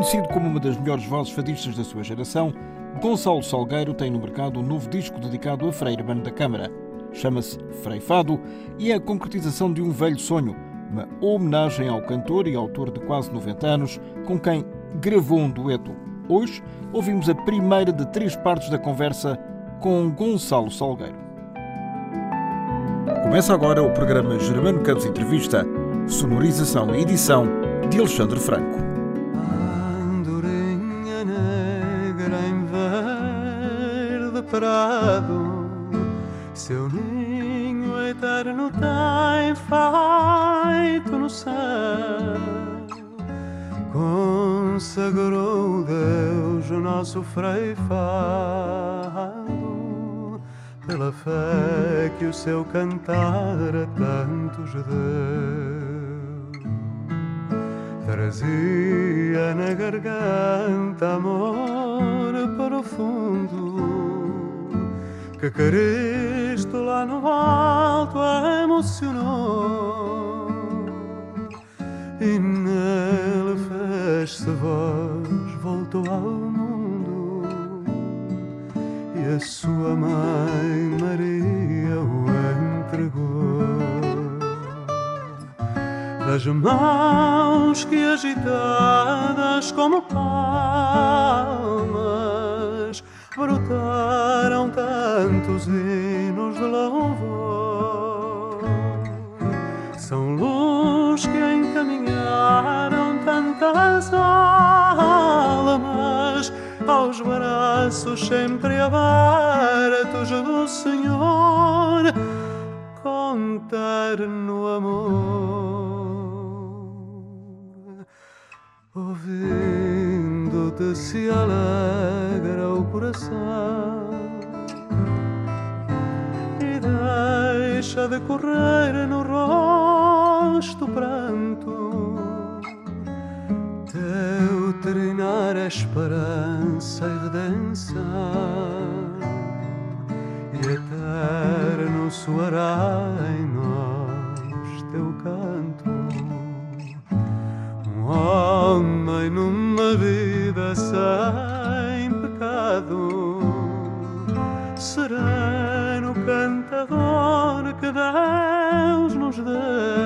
Reconhecido como uma das melhores vozes fadistas da sua geração, Gonçalo Salgueiro tem no mercado um novo disco dedicado a Frei Hermano da Câmara. Chama-se Frei Fado e é a concretização de um velho sonho, uma homenagem ao cantor e autor de quase 90 anos, com quem gravou um dueto. Hoje ouvimos a primeira de 3 partes da conversa com Gonçalo Salgueiro. Começa agora o programa Germano Campos Entrevista, sonorização e edição de Alexandre Franco. Andorinha negra em verde prado, seu ninho eterno tem feito no céu. Consagrou Deus o nosso Frei Fado, pela fé que o seu cantar a tantos deu. Trazia na garganta amor profundo, que Cristo lá no alto emocionou, e nele fez-se voz, voltou ao mundo, e a sua mãe Maria o entregou. Das mãos que agitadas como palmas brotaram tantos hinos de louvor. São luz que encaminharam tantas almas aos braços sempre abertos do Senhor, com terno amor. Ouvindo-te se alegra o coração e deixa de correr no rosto pranto. Teu trinar é esperança e redenção, e eterno soará em nós teu canto. Um homem numa vida sem pecado, sereno cantador que Deus nos deu.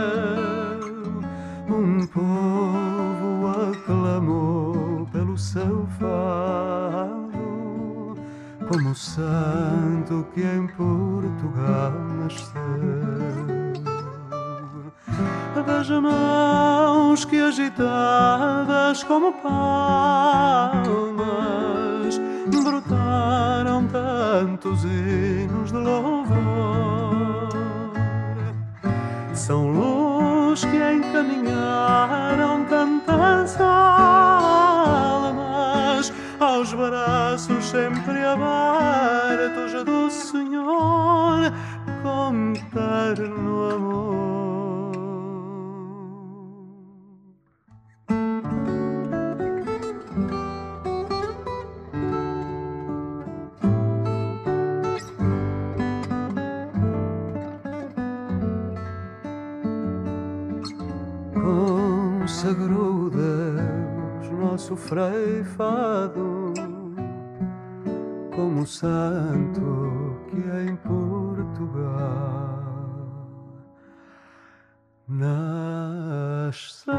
Um povo aclamou pelo seu fado, como o santo que em Portugal nasceu. Das mãos que agitadas como palmas brotaram tantos hinos de louvor. São luz que encaminharam tantas almas aos braços sempre abertos do Senhor, com terno amor. Consagrou Deus nosso Frei Fado, como o santo que em Portugal nasceu.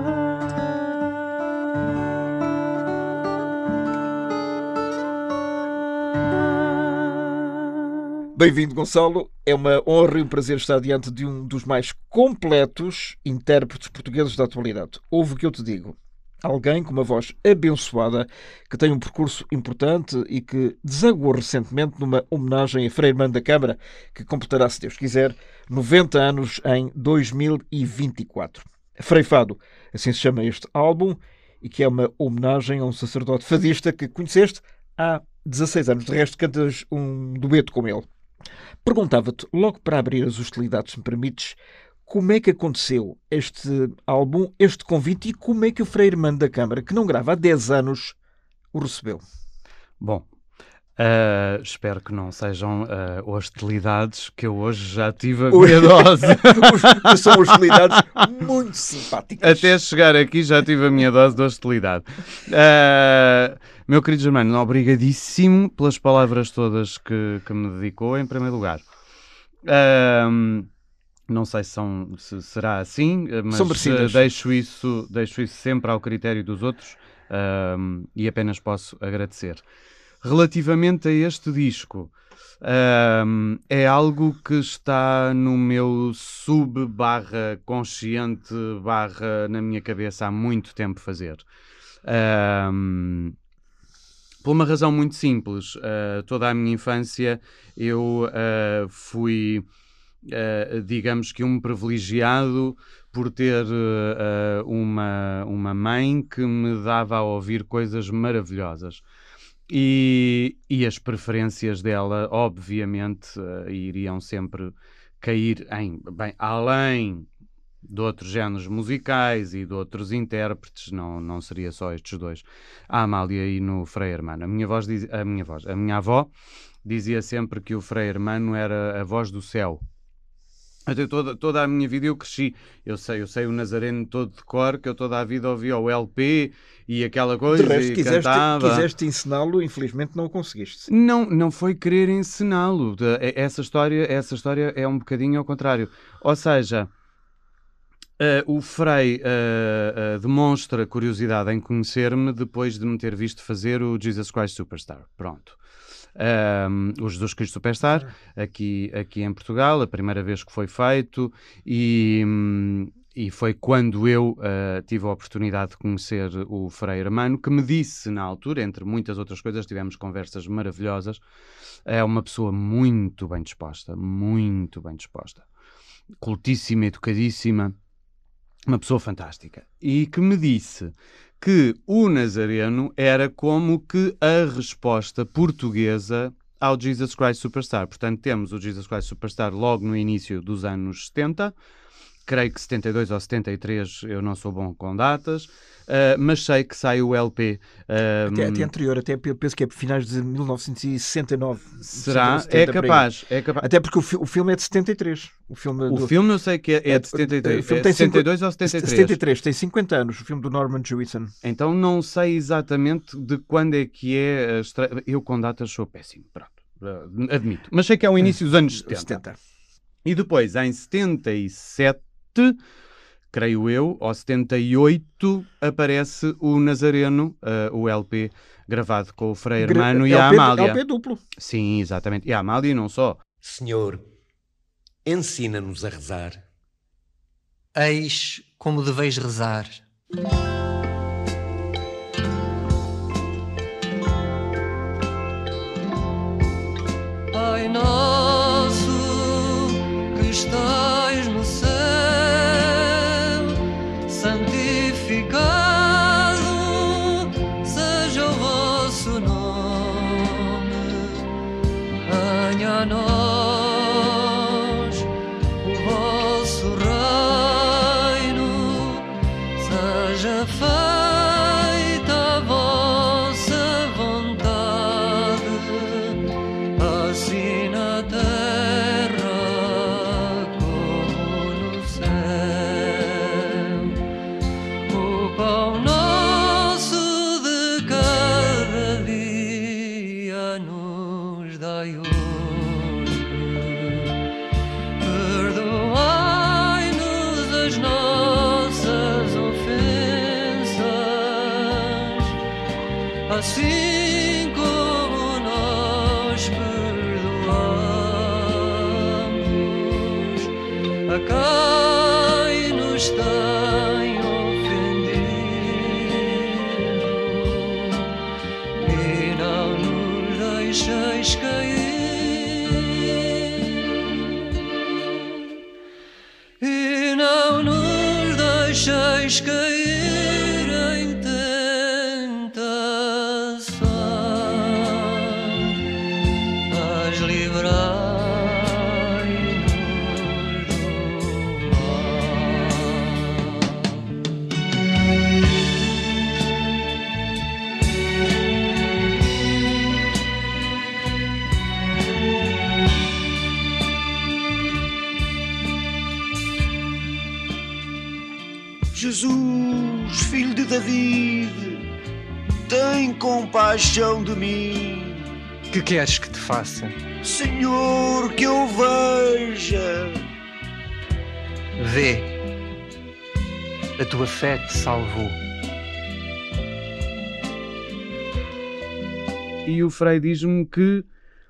Bem-vindo, Gonçalo. É uma honra e um prazer estar diante de um dos mais completos intérpretes portugueses da atualidade. Ouve o que eu te digo. Alguém com uma voz abençoada, que tem um percurso importante e que desaguou recentemente numa homenagem a Frei Hermano da Câmara, que completará, se Deus quiser, 90 anos em 2024. Frei Fado, assim se chama este álbum, e que é uma homenagem a um sacerdote fadista que conheceste há 16 anos. De resto, cantas um dueto com ele. Perguntava-te, logo para abrir as hostilidades, se me permites, como é que aconteceu este álbum, este convite, e como é que o Frei Hermano da Câmara, que não grava há 10 anos, o recebeu? Bom, Espero que não sejam hostilidades, que eu hoje já tive a minha dose. São hostilidades muito simpáticas. Até chegar aqui já tive a minha dose de hostilidade. Meu querido Germano, obrigadíssimo pelas palavras todas que me dedicou, em primeiro lugar. Não sei se será assim, mas deixo isso sempre ao critério dos outros, e apenas posso agradecer. Relativamente a este disco, é algo que está no meu sub/consciente/ na minha cabeça há muito tempo fazer. Por uma razão muito simples. Toda a minha infância eu fui, digamos que um privilegiado por ter uma mãe que me dava a ouvir coisas maravilhosas. E as preferências dela, obviamente, iriam sempre cair além de outros géneros musicais e de outros intérpretes, não seria só estes dois, a Amália e no Frei Hermano. A minha avó dizia sempre que o Frei Hermano era a voz do céu. Até toda a minha vida eu cresci, eu sei o Nazareno todo de cor, que eu toda a vida ouvia o LP e aquela coisa, de resto, e cantava. Quiseste ensiná-lo, infelizmente não o conseguiste. Não foi querer ensiná-lo. Essa história é um bocadinho ao contrário. Ou seja, o Frei demonstra curiosidade em conhecer-me depois de me ter visto fazer o Jesus Christ Superstar. Pronto. O Jesus Cristo Superstar, aqui em Portugal, a primeira vez que foi feito, e foi quando eu tive a oportunidade de conhecer o Frei Hermano, que me disse na altura, entre muitas outras coisas, tivemos conversas maravilhosas. É uma pessoa muito bem disposta, cultíssima, educadíssima, uma pessoa fantástica, e que me disse que o Nazareno era como que a resposta portuguesa ao Jesus Christ Superstar. Portanto, temos o Jesus Christ Superstar logo no início dos anos 70, creio que 72 ou 73, eu não sou bom com datas, mas sei que sai o LP. Até anterior, até penso que é finais de 1969. Será? É capaz. Até porque o filme é de 73. O filme eu sei que é de 73. O filme tem 72 ou 73? 73, tem 50 anos, o filme do Norman Jewison. Então não sei exatamente de quando é que é a estreia. Eu com datas sou péssimo, pronto, admito. Mas sei que é o início dos anos 70. E depois, em 77, creio eu, ou 78, aparece o Nazareno, o LP gravado com o Frei Hermano e a Amália. LP duplo. Sim, exatamente. E a Amália não só. Senhor, ensina-nos a rezar. Eis como deveis rezar. Pai nosso que estais no céu, santificado seja o vosso nome. Venha a nós o vosso reino, seja feita a vossa vontade, assim na terra como no céu. O pão nosso de cada dia nos dai hoje. Perdoai-nos as nossas ofensas, assim como nós perdoamos a quem nos tem ofendido, e não nos deixeis cair, e não nos deixeis cair em tentação, mas livrai-nos do mal. Jesus, filho de David, tem compaixão de mim. Que queres que te faça? Senhor, que eu veja. Vê. A tua fé te salvou. E o Frei diz-me que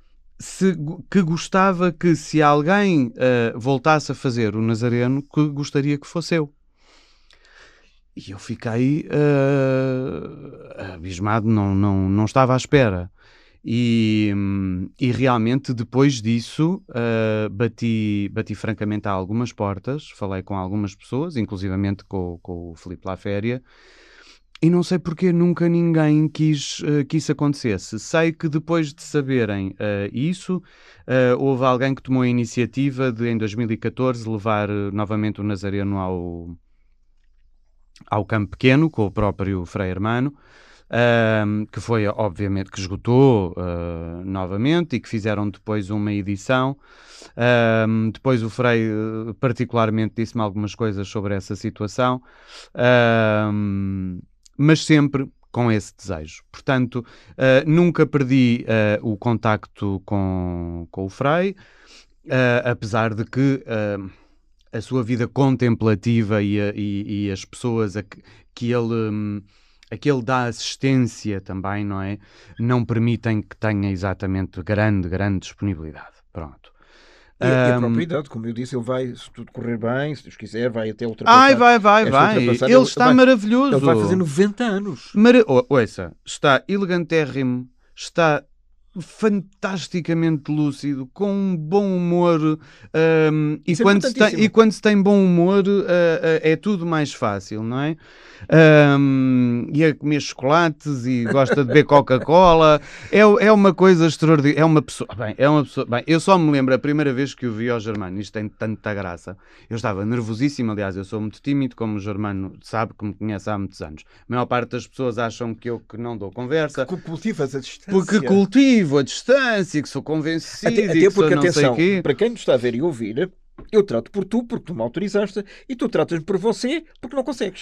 gostava que, se alguém voltasse a fazer o Nazareno, que gostaria que fosse eu. E eu fiquei abismado, não estava à espera. E realmente, depois disso, bati francamente a algumas portas, falei com algumas pessoas, inclusivamente com o Filipe Laféria, e não sei porque nunca ninguém quis que isso acontecesse. Sei que depois de saberem isso, houve alguém que tomou a iniciativa de, em 2014, levar novamente o Nazareno ao Campo Pequeno, com o próprio Frei Hermano, que foi, obviamente, que esgotou novamente, e que fizeram depois uma edição. Depois o Frei particularmente disse-me algumas coisas sobre essa situação, mas sempre com esse desejo. Portanto, nunca perdi o contacto com o Frei, apesar de que a sua vida contemplativa e as pessoas a que ele dá assistência também, não é? Não permitem que tenha exatamente grande disponibilidade. Pronto. E a própria idade, como eu disse, ele vai, se tudo correr bem, se Deus quiser, vai até ultrapassar. Vai. Ele está maravilhoso. Ele vai fazer 90 anos. Ouça, está elegantérrimo, está fantasticamente lúcido, com um bom humor, e quando se tem bom humor é tudo mais fácil, não é? E a comer chocolates e gosta de beber Coca-Cola. É uma coisa extraordinária. É uma pessoa. Bem, eu só me lembro a primeira vez que o vi ao Germano. Isto tem tanta graça. Eu estava nervosíssimo. Aliás, eu sou muito tímido, como o Germano sabe, que me conhece há muitos anos. A maior parte das pessoas acham que eu não dou conversa. Que cultivas a distância. Porque cultivo a distância, que sou convencido. Até porque, atenção, quê. para quem nos está a ver e ouvir, eu trato por tu, porque tu me autorizaste, e tu tratas por você, porque não consegues.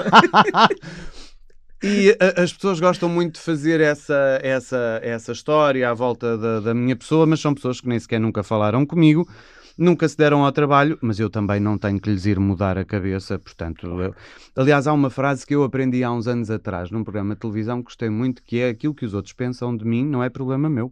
E as pessoas gostam muito de fazer essa história à volta da minha pessoa, mas são pessoas que nem sequer nunca falaram comigo, nunca se deram ao trabalho, mas eu também não tenho que lhes ir mudar a cabeça, portanto... Aliás, há uma frase que eu aprendi há uns anos atrás, num programa de televisão, que gostei muito, que é: aquilo que os outros pensam de mim não é problema meu.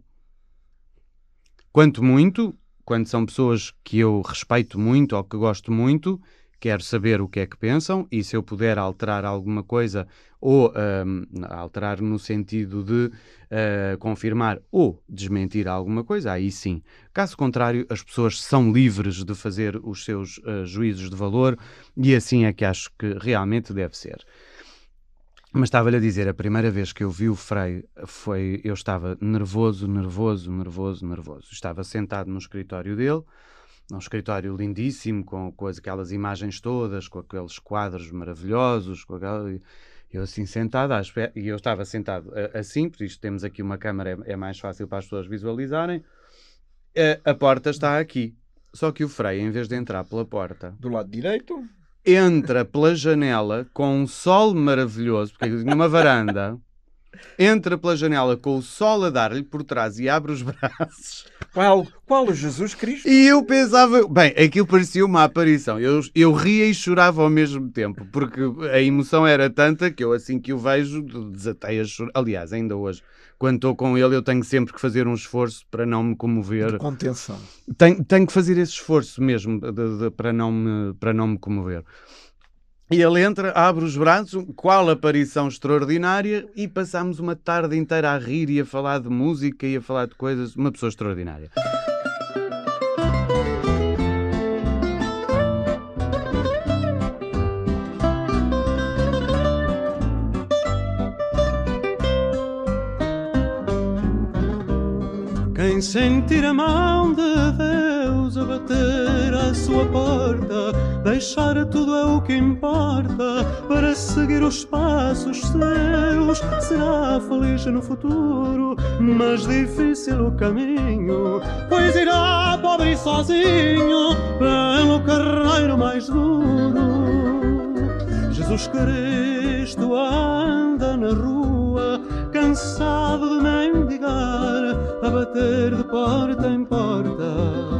Quando são pessoas que eu respeito muito ou que gosto muito, quero saber o que é que pensam, e se eu puder alterar alguma coisa, ou alterar no sentido de confirmar ou desmentir alguma coisa, aí sim. Caso contrário, as pessoas são livres de fazer os seus juízos de valor, e assim é que acho que realmente deve ser. Mas estava-lhe a dizer, a primeira vez que eu vi o Frei, eu estava nervoso. Estava sentado no escritório dele, num escritório lindíssimo, com aquelas imagens todas, com aqueles quadros maravilhosos, eu assim sentado, e eu estava sentado assim, por isto temos aqui uma câmara, é mais fácil para as pessoas visualizarem. A porta está aqui, só que o Frei, em vez de entrar pela porta... Do lado direito... entra pela janela com um sol maravilhoso, porque eu tinha uma varanda, entra pela janela com o sol a dar-lhe por trás e abre os braços. Qual Jesus Cristo? E eu pensava, bem, aquilo parecia uma aparição. Eu ria e chorava ao mesmo tempo, porque a emoção era tanta que eu, assim que o vejo, desatei a chorar. Aliás, ainda hoje, quando estou com ele, eu tenho sempre que fazer um esforço para não me comover. De contenção. Tenho que fazer esse esforço mesmo para não me comover. E ele entra, abre os braços, qual aparição extraordinária, e passámos uma tarde inteira a rir e a falar de música e a falar de coisas. Uma pessoa extraordinária. Quem sentir a mão de Deus a bater à sua porta, deixar tudo é o que importa para seguir os passos seus, será feliz no futuro, mas difícil o caminho, pois irá pobre e sozinho pelo carreiro mais duro. Jesus Cristo anda na rua, cansado de mendigar, a bater de porta em porta.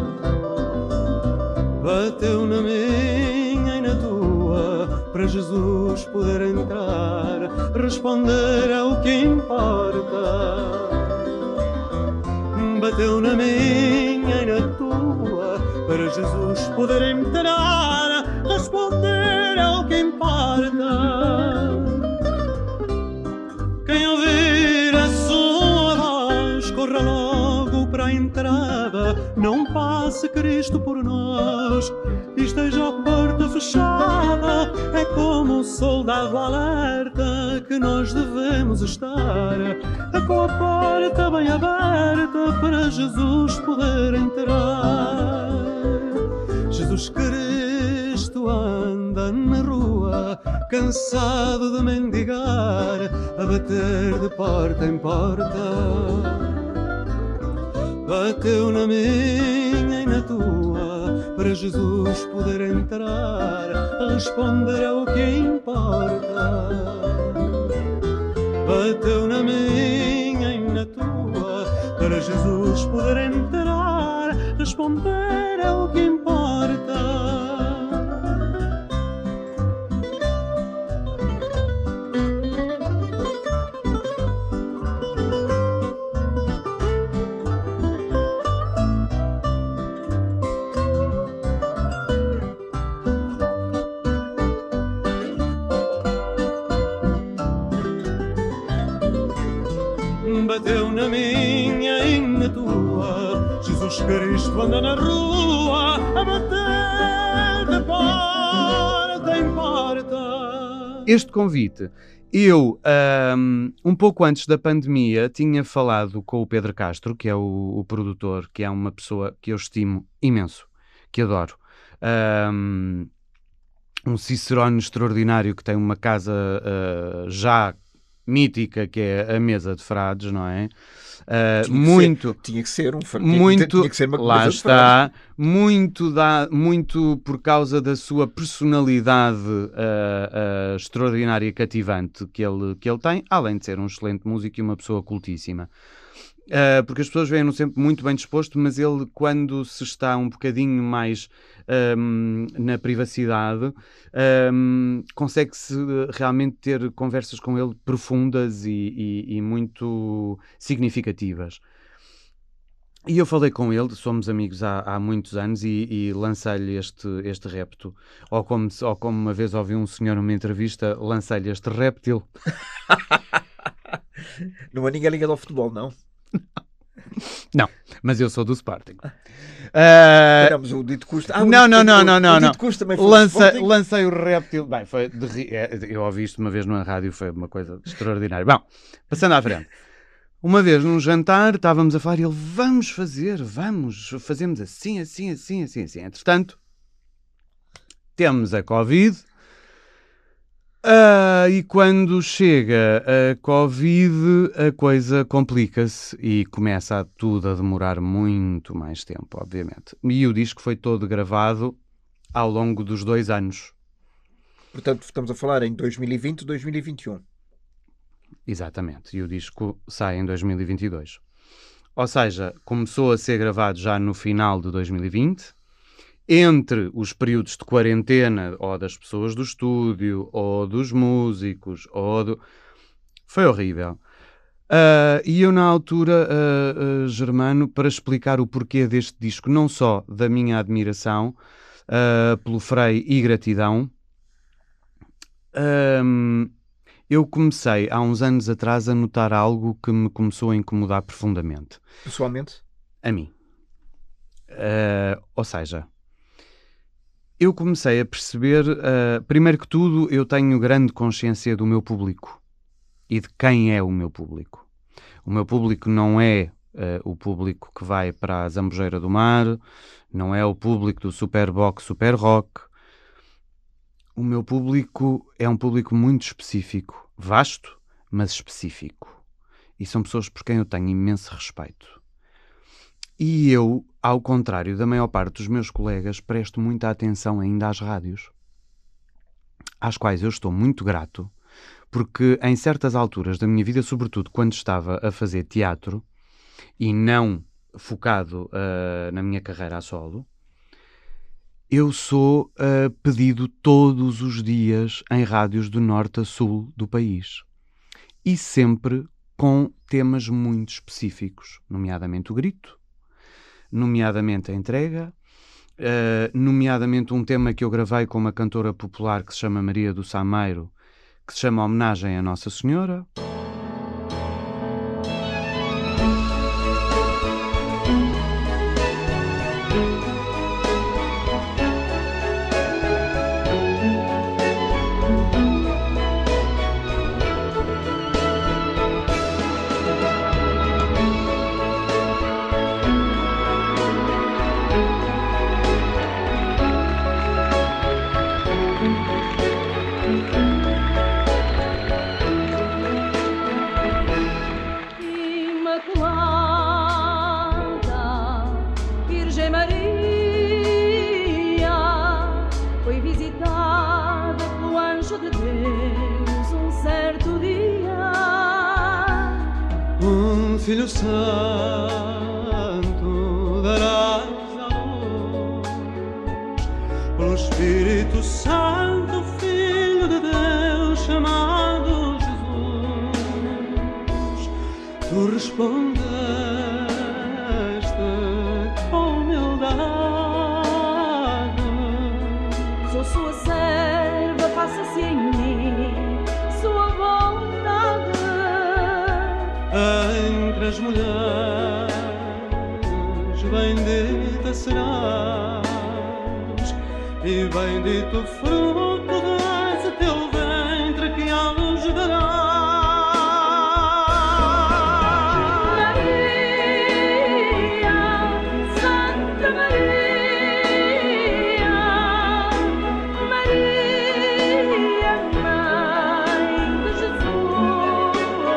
Bateu na minha e na tua, para Jesus poder entrar, responder é o que importa. Bateu na minha e na tua, para Jesus poder entrar, responder é o que importa. Quem ouvir a sua voz, corra logo para a entrada, não passe Cristo por nós, e esteja a porta fechada, é como um soldado alerta que nós devemos estar, com a porta bem aberta para Jesus poder entrar. Jesus Cristo anda na rua, cansado de mendigar, a bater de porta em porta. Bateu na minha e na tua, para Jesus poder entrar, responder é o que importa. Bateu na minha e na tua, para Jesus poder entrar, responder é o que importa. Bateu na minha e na tua, Jesus Cristo anda na rua, a bater de porta em porta. Este convite, eu, um pouco antes da pandemia, tinha falado com o Pedro Castro, que é o produtor, que é uma pessoa que eu estimo imenso, que adoro. Um cicerone extraordinário que tem uma casa já mítica, que é a Mesa de Frades, não é? Tinha que ser muito, tinha que ser uma lá mesa de está, muito por causa da sua personalidade extraordinária e cativante que ele tem, além de ser um excelente músico e uma pessoa cultíssima. Porque as pessoas veem-no sempre muito bem disposto, mas ele, quando se está um bocadinho mais na privacidade, consegue-se realmente ter conversas com ele profundas e muito significativas. E eu falei com ele, somos amigos há muitos anos, e lancei-lhe este repto. Ou como uma vez ouvi um senhor numa entrevista, lancei-lhe este réptil. Não há ninguém ligado ao futebol, não? Não, mas eu sou do Sporting. Não, mas o Dito Custa... Não. O Dito Custa também foi do Sporting? Lancei o réptil. Bem, eu ouvi isto uma vez numa rádio, foi uma coisa extraordinária. Bom, passando à frente. Uma vez num jantar, estávamos a falar e ele, fazemos assim. Entretanto, temos a Covid. E quando chega a Covid, a coisa complica-se e começa tudo a demorar muito mais tempo, obviamente. E o disco foi todo gravado ao longo dos 2 anos. Portanto, estamos a falar em 2020, 2021. Exatamente. E o disco sai em 2022. Ou seja, começou a ser gravado já no final de 2020, entre os períodos de quarentena, ou das pessoas do estúdio, ou dos músicos, foi horrível. E eu, na altura, Germano, para explicar o porquê deste disco, não só da minha admiração pelo Frei e gratidão, eu comecei, há uns anos atrás, a notar algo que me começou a incomodar profundamente. Pessoalmente? A mim. Ou seja, eu comecei a perceber, primeiro que tudo, eu tenho grande consciência do meu público e de quem é o meu público. O meu público não é o público que vai para a Zambujeira do Mar, não é o público do Superbox, Super Rock. O meu público é um público muito específico, vasto, mas específico. E são pessoas por quem eu tenho imenso respeito. E eu, ao contrário da maior parte dos meus colegas, presto muita atenção ainda às rádios. às quais eu estou muito grato, porque em certas alturas da minha vida, sobretudo quando estava a fazer teatro e não focado na minha carreira a solo, eu sou pedido todos os dias em rádios do norte a sul do país. E sempre com temas muito específicos, nomeadamente o grito, nomeadamente a entrega, nomeadamente um tema que eu gravei com uma cantora popular que se chama Maria do Sameiro, que se chama Homenagem à Nossa Senhora. Filho Santo, darás a luz pelo Espírito Santo, Filho de Deus, chamado Jesus. Tu respondeste com humildade: sou sua serva, faça-se em mim sua vontade. Entre as mulheres bendita serás, e bendito o fruto desse teu ventre que aos dará. Maria, Santa Maria, Maria, Mãe de Jesus.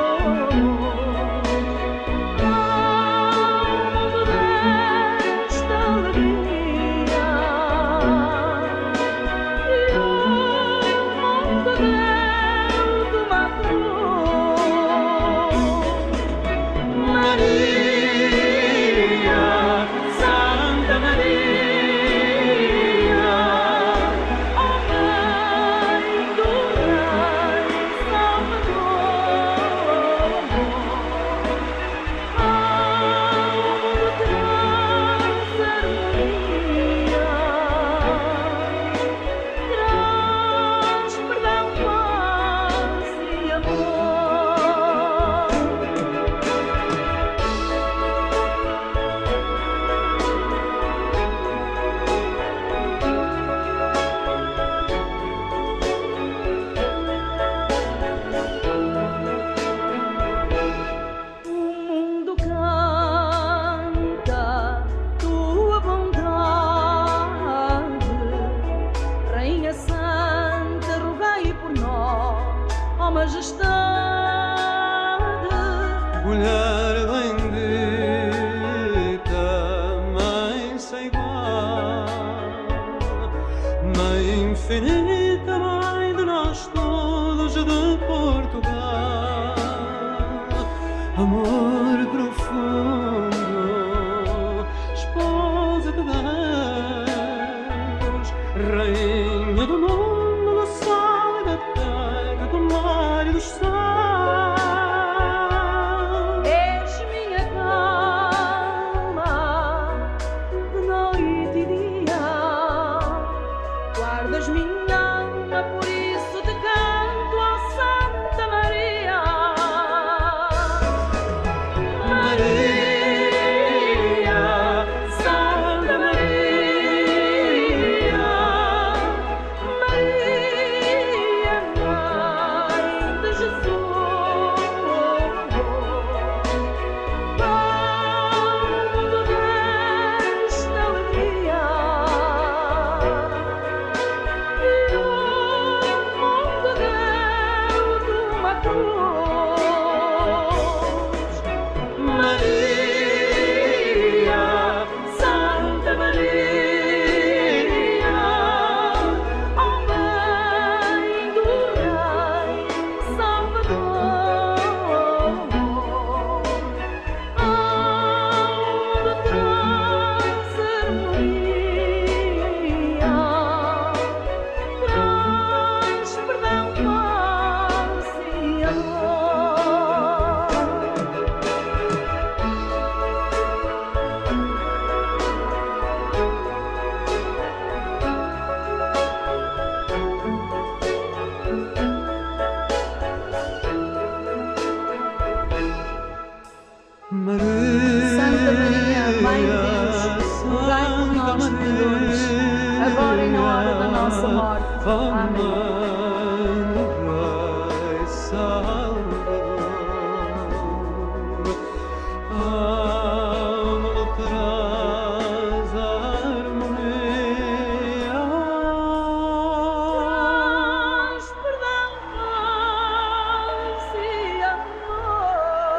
Mulher bendita, Mãe sem igual, Mãe infinita, Mãe de nós todos de Portugal. Amor profundo, esposa de Deus, Rainha do mundo, do sol e da terra, do mar e dos céus. Maria, Amando Rei Salvador, amo-lo traz a harmonia. Traz perdão, paz e amor.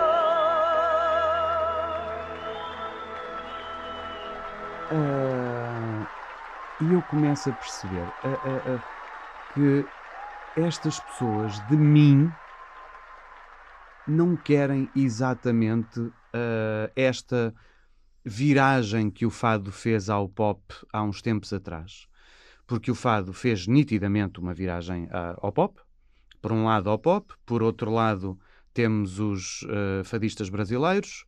E eu começo a perceber que estas pessoas de mim não querem exatamente esta viragem que o fado fez ao pop há uns tempos atrás. Porque o fado fez nitidamente uma viragem ao pop. Por um lado ao pop, por outro lado temos os fadistas brasileiros.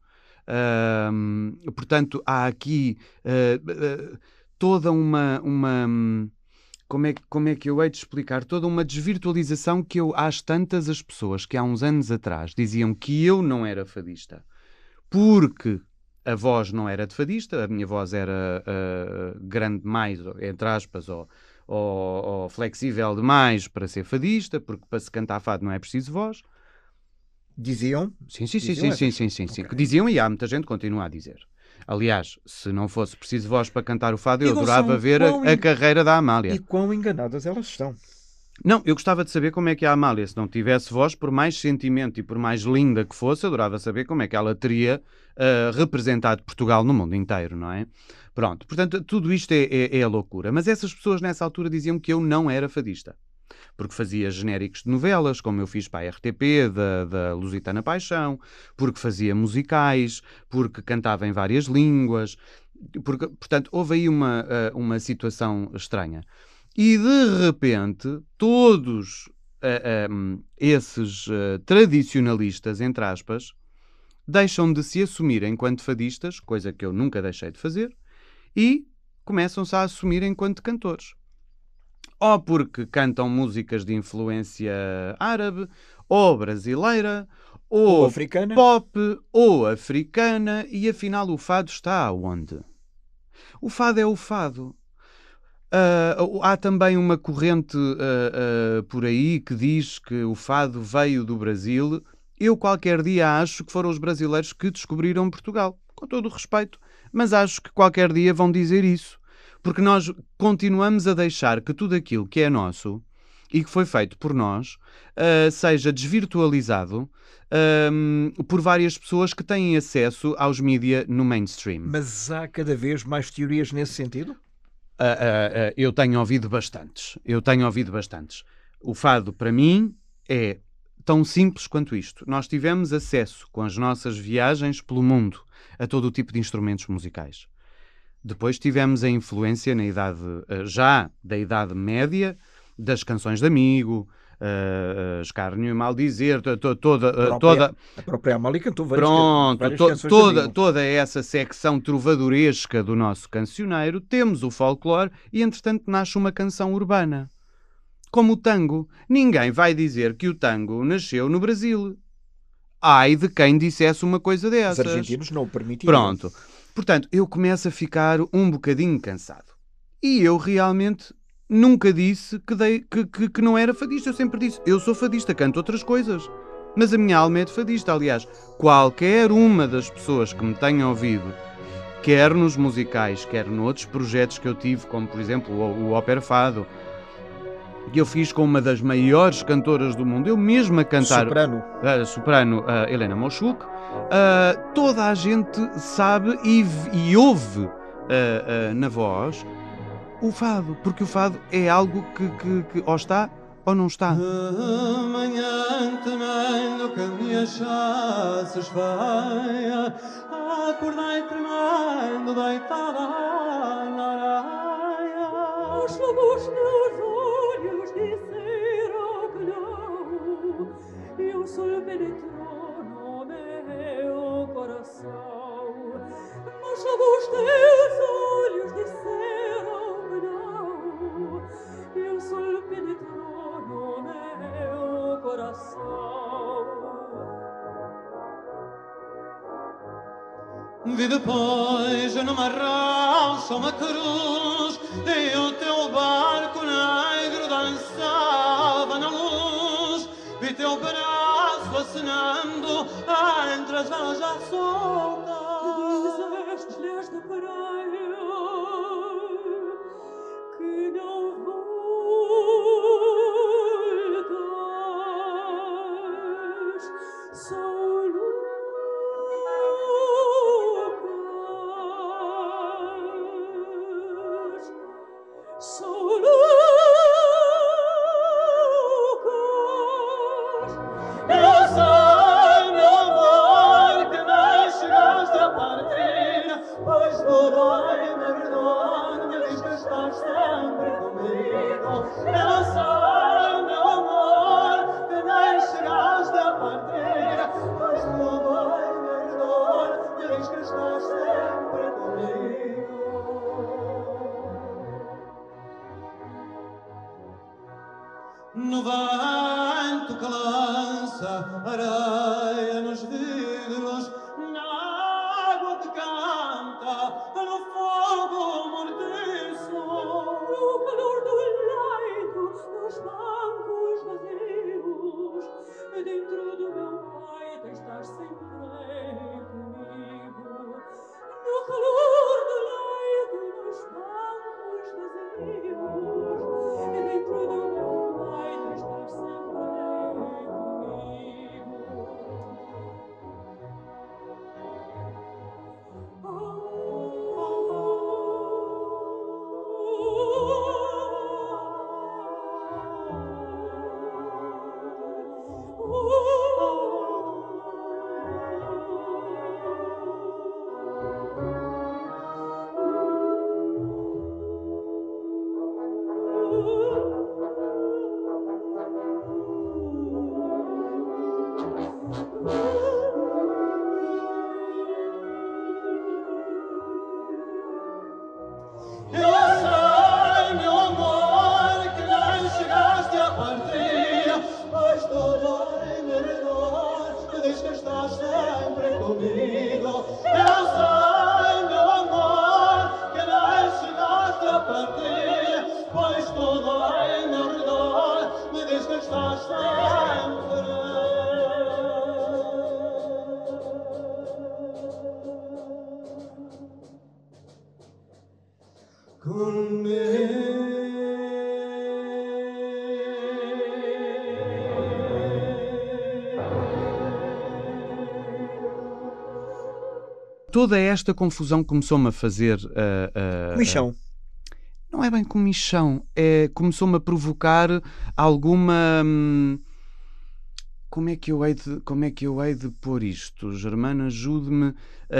Portanto, há aqui toda uma como é que eu hei de explicar? Toda uma desvirtualização que às tantas as pessoas que há uns anos atrás diziam que eu não era fadista porque a voz não era de fadista, a minha voz era grande demais, entre aspas, ou flexível demais para ser fadista, porque para se cantar fado não é preciso voz. Diziam? Sim. Okay. Que diziam, e há muita gente que continua a dizer. Aliás, se não fosse preciso voz para cantar o fado, eu adorava ver a carreira da Amália. E quão enganadas elas estão. Não, eu gostava de saber como é que a Amália, se não tivesse voz, por mais sentimento e por mais linda que fosse, adorava saber como é que ela teria representado Portugal no mundo inteiro, não é? Pronto, portanto, tudo isto é a loucura. Mas essas pessoas nessa altura diziam que eu não era fadista. Porque fazia genéricos de novelas, como eu fiz para a RTP, da Lusitana Paixão, porque fazia musicais, porque cantava em várias línguas. Portanto, houve aí uma situação estranha. E, de repente, todos esses tradicionalistas, entre aspas, deixam de se assumir enquanto fadistas, coisa que eu nunca deixei de fazer, e começam-se a assumir enquanto cantores. Ou porque cantam músicas de influência árabe, ou brasileira, ou africana, pop, ou africana, e afinal o fado está aonde? O fado é o fado. Há também uma corrente por aí que diz que o fado veio do Brasil. Eu qualquer dia acho que foram os brasileiros que descobriram Portugal, com todo o respeito, mas acho que qualquer dia vão dizer isso. Porque nós continuamos a deixar que tudo aquilo que é nosso e que foi feito por nós seja desvirtualizado por várias pessoas que têm acesso aos mídia no mainstream. Mas há cada vez mais teorias nesse sentido? Eu tenho ouvido bastantes. O fado, para mim, é tão simples quanto isto. Nós tivemos acesso, com as nossas viagens pelo mundo, a todo o tipo de instrumentos musicais. Depois tivemos a influência na idade, já da Idade Média, das canções de amigo, Escárnio e Maldizer, toda... A própria Amália cantou várias canções de amigo. Toda essa secção trovadoresca do nosso cancioneiro, temos o folclore e, entretanto, nasce uma canção urbana. Como o tango. Ninguém vai dizer que o tango nasceu no Brasil. Ai de quem dissesse uma coisa dessas. Os argentinos não o permitiram. Pronto. Portanto, eu começo a ficar um bocadinho cansado. E eu realmente nunca disse que não era fadista. Eu sempre disse, eu sou fadista, canto outras coisas. Mas a minha alma é de fadista. Aliás, qualquer uma das pessoas que me tenha ouvido, quer nos musicais, quer noutros projetos que eu tive, como por exemplo o Ópera Fado, que eu fiz com uma das maiores cantoras do mundo, eu mesmo a cantar... Soprano Helena Moshuk. Toda a gente sabe e ouve na voz o fado, porque o fado é algo que ou está ou não está. Amanhã também do que me achasses vai, acordei tremendo deitada na areia. Os lobos teus olhos disseram que não, e o sol penetrou no meu coração. Os lobos teus olhos disseram que não, e o sol penetrou no meu coração. Vi depois numa rocha uma cruz e o teu barco negro na luz, vi teu braço acenando entre as velas já soltas. Dizeste-lhes de praia que não voltas. São Lucas, São Lucas. Eu sei, meu amor, que nem chegaste a partir, pois tudo em verdade me diz que estás sempre comigo. Eu sei, meu amor, que nem chegaste a partir, pois tudo em verdade me diz que estás sempre comigo. No vento que lança areia nos vidros, na água que canta, no fogo mortiço, no calor do leito, nos bancos vazios, dentro do meu peito estás sempre comigo. No calor do leito, nos bancos vazios, dentro do meu peito estás sempre comigo. Eu sei, meu amor, que nem chegaste a partir, pois tudo em verdade me diz que estás sempre comigo. Eu sei, meu amor, que nem chegaste a partir, pois tudo em verdade me diz que estás sempre Toda esta confusão começou-me a fazer... Comichão. Não é bem comichão, começou-me a provocar alguma... Como é que eu hei de pôr isto? Germana, ajude-me.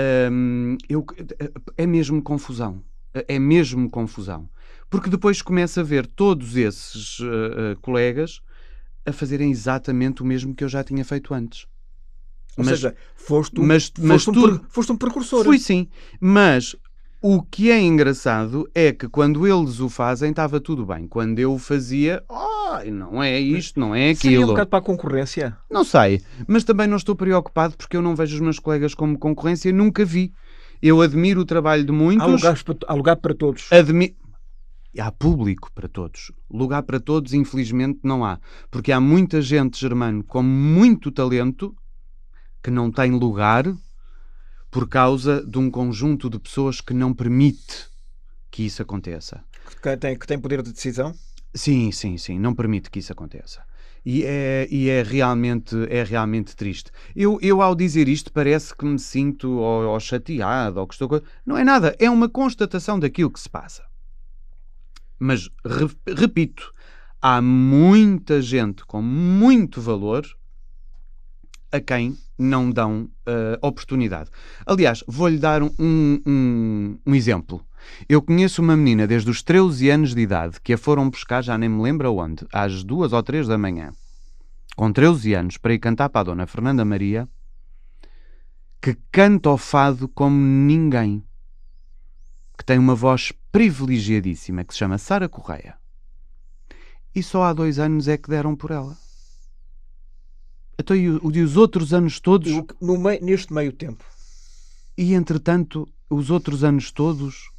É mesmo confusão. É mesmo confusão. Porque depois começo a ver todos esses colegas a fazerem exatamente o mesmo que eu já tinha feito antes. Ou seja, foste um precursor. Fui, sim. Mas o que é engraçado é que quando eles o fazem estava tudo bem. Quando eu o fazia, não é isto, não é aquilo. Seria um bocado para a concorrência? Não sei. Mas também não estou preocupado porque eu não vejo os meus colegas como concorrência. Nunca vi. Eu admiro o trabalho de muitos. Há lugar para todos. Há público para todos. Lugar para todos, infelizmente, não há. Porque há muita gente, Germano, com muito talento que não tem lugar por causa de um conjunto de pessoas que não permite que isso aconteça. Que tem poder de decisão? Sim, não permite que isso aconteça. E é realmente triste. Eu ao dizer isto parece que me sinto ou chateado ou que estou... Não é nada, é uma constatação daquilo que se passa. Mas, repito, há muita gente com muito valor a quem não dão oportunidade. Aliás, vou-lhe dar um exemplo. Eu conheço uma menina desde os 13 anos de idade que a foram buscar, já nem me lembro aonde, às 2 ou 3 da manhã, com 13 anos, para ir cantar para a Dona Fernanda Maria, que canta o fado como ninguém, que tem uma voz privilegiadíssima, que se chama Sara Correia. E só há 2 anos é que deram por ela. Então, e os outros anos todos... Neste meio tempo. E, entretanto, os outros anos todos...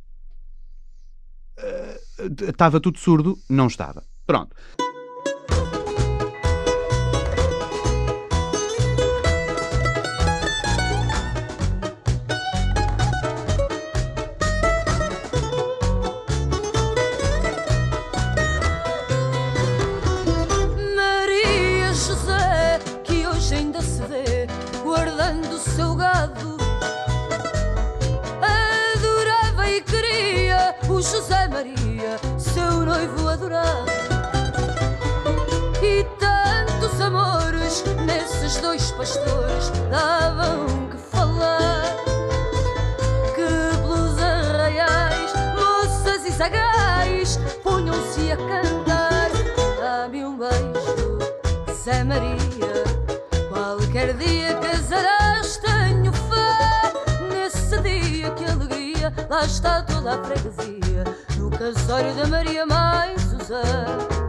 estava tudo surdo? Não estava. Pronto. lado. Adorava e queria o José Maria, seu noivo adorado. E tantos amores nesses dois pastores davam que falar, que pelos arraiais moças e sagais punham-se a cantar. Dá-me um beijo, Zé Maria, qualquer dia casarás, tenho fé. Nesse dia que alegria, lá está toda a freguesia, no casório da Maria mais o Zé.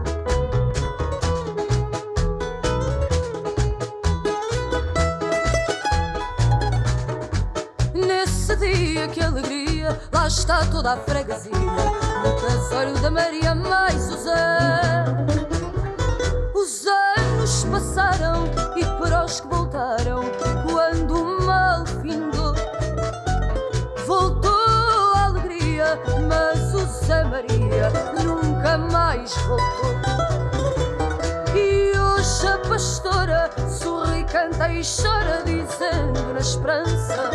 Nesse dia que alegria, lá está toda a freguesia, no casório da Maria mais o Zé. Os anos passaram e para os que voltaram, quando o mal findou, voltou a alegria, mas o Zé Maria nunca mais voltou. E hoje a pastora sorri, canta e chora, dizendo na esperança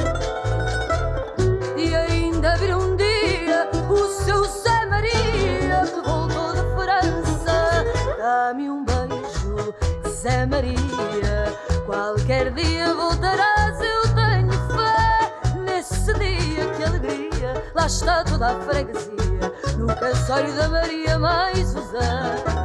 de ainda vir um dia o seu Zé Maria que voltou da França. Dá-me um beijo, Zé Maria, qualquer dia voltarás, eu tenho fé. Nesse dia que alegria, lá está toda a freguesia, no casório da Maria mais o Zé.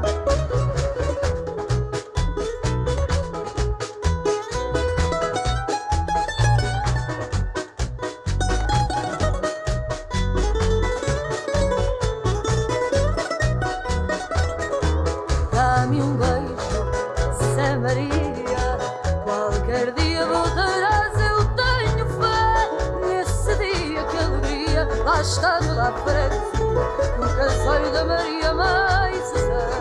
Dá-me um beijo, Zé Maria, qualquer dia voltarás, eu tenho fé. Nesse dia que alegria, lá está toda a freguesia, no casório da Maria mais o Zé.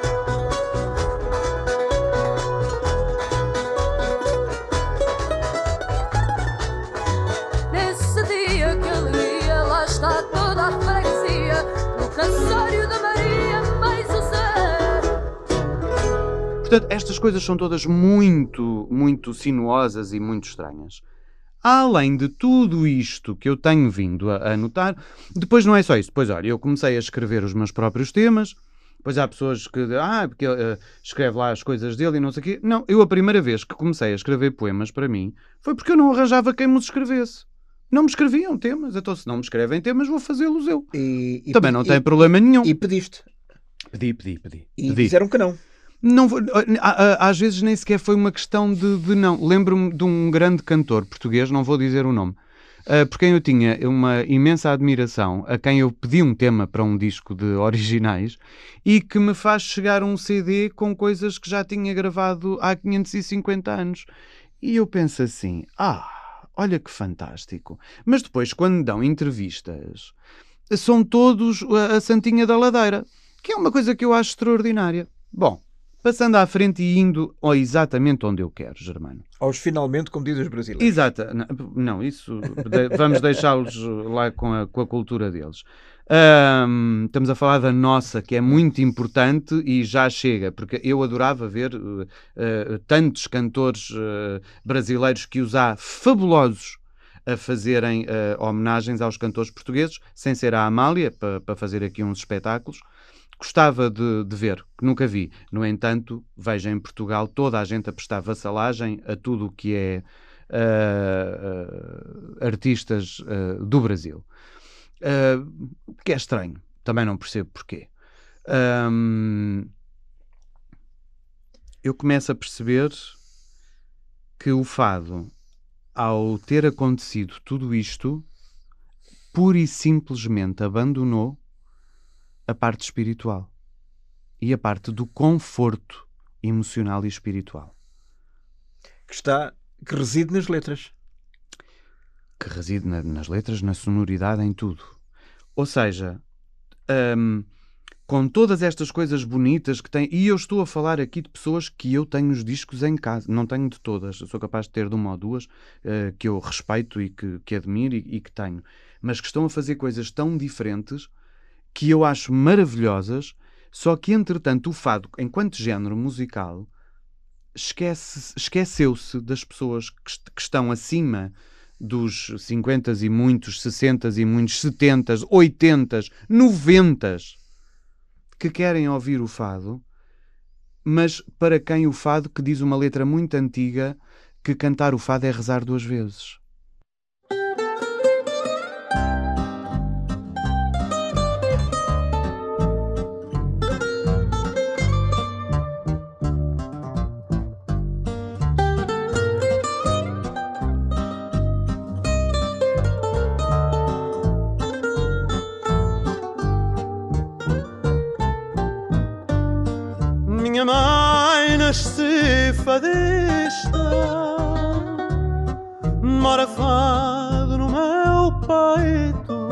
Nesse dia que alegria, lá está toda a freguesia, no casório da Maria mais o Zé. Portanto, estas coisas são todas muito sinuosas e muito estranhas. Além de tudo isto que eu tenho vindo a notar, depois não é só isso. Depois, olha, eu comecei a escrever os meus próprios temas, depois há pessoas que porque escreve lá as coisas dele e não sei o quê. Não, eu a primeira vez que comecei a escrever poemas para mim foi porque eu não arranjava quem me os escrevesse. Não me escreviam temas, então se não me escrevem temas vou fazê-los eu. Também não tem problema nenhum. E pediste. Pedi. E disseram que não. Não, às vezes nem sequer foi uma questão de não. Lembro-me de um grande cantor português, não vou dizer o nome, por quem eu tinha uma imensa admiração, a quem eu pedi um tema para um disco de originais e que me faz chegar um CD com coisas que já tinha gravado há 550 anos. E eu penso assim, olha que fantástico. Mas depois, quando dão entrevistas, são todos a santinha da ladeira, que é uma coisa que eu acho extraordinária. Bom, passando à frente e indo exatamente onde eu quero, Germano. Aos finalmente, como dizem os brasileiros. Exato. Não, isso vamos deixá-los lá com a cultura deles. Estamos a falar da nossa, que é muito importante e já chega, porque eu adorava ver tantos cantores brasileiros que os há fabulosos a fazerem homenagens aos cantores portugueses, sem ser a Amália, para fazer aqui uns espetáculos. Gostava de ver, que nunca vi. No entanto, vejo em Portugal toda a gente a prestar vassalagem a tudo o que é artistas do Brasil. Que é estranho. Também não percebo porquê. Eu começo a perceber que o fado, ao ter acontecido tudo isto, pura e simplesmente abandonou a parte espiritual e a parte do conforto emocional e espiritual. Que reside nas letras. Que reside nas letras, na sonoridade, em tudo. Ou seja, com todas estas coisas bonitas que tem, e eu estou a falar aqui de pessoas que eu tenho os discos em casa, não tenho de todas, eu sou capaz de ter de uma ou duas que eu respeito e que admiro e que tenho, mas que estão a fazer coisas tão diferentes que eu acho maravilhosas, só que entretanto o fado, enquanto género musical, esqueceu-se das pessoas que estão acima dos 50s e muitos 60s e muitos 70s, 80s, 90s, que querem ouvir o fado, mas para quem o fado, que diz uma letra muito antiga, que cantar o fado é rezar 2 vezes. Minha mãe nasce fadista, mora fado no meu peito.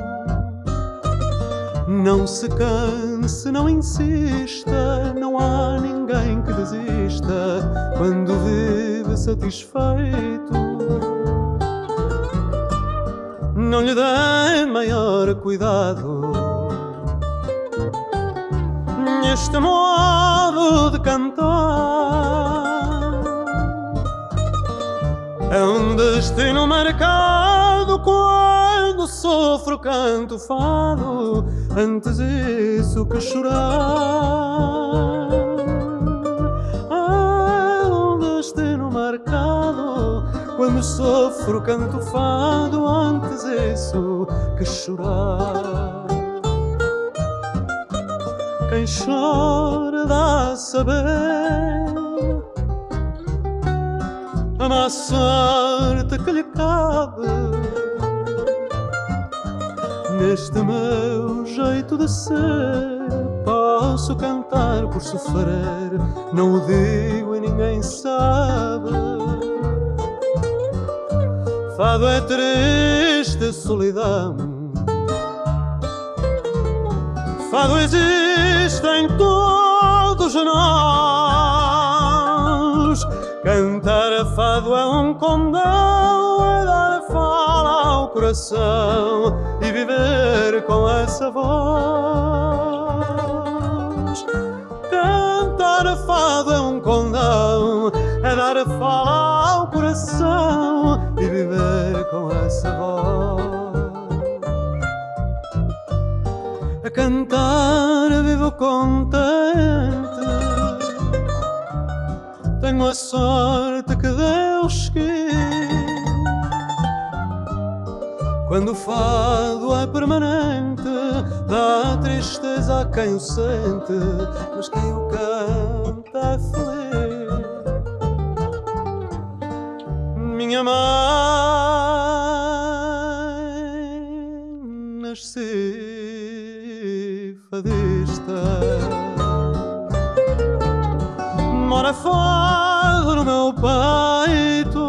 Não se canse, não insista, não há ninguém que desista quando vive satisfeito. Não lhe dê maior cuidado, este modo de cantar é um destino marcado. Quando sofro canto fado, antes isso que chorar. É um destino marcado. Quando sofro canto fado, antes isso que chorar. Quem chora dá a saber a má sorte que lhe cabe. Neste meu jeito de ser, posso cantar por sofrer, não o digo e ninguém sabe. Fado é triste solidão, fado existe em todos nós. Cantar a fado é um condão, é dar a fala ao coração e viver com essa voz. Cantar a fado é um condão, é dar a fala ao coração e viver com essa voz. A cantar vivo contente, tenho a sorte que Deus quis. Quando o fado é permanente, dá tristeza a quem o sente, mas quem o canta é feliz. Minha mãe nasci fadista, mora fado no meu peito.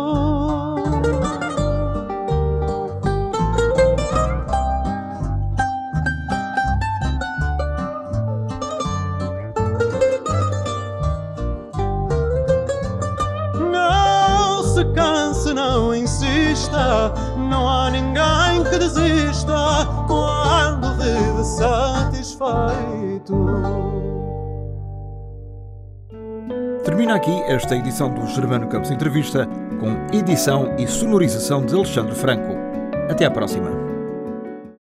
Não se canse, não insista, não há ninguém que desista quando vive satisfeito. Termina aqui esta edição do Germano Campos Entrevista, com edição e sonorização de Alexandre Franco. Até à próxima.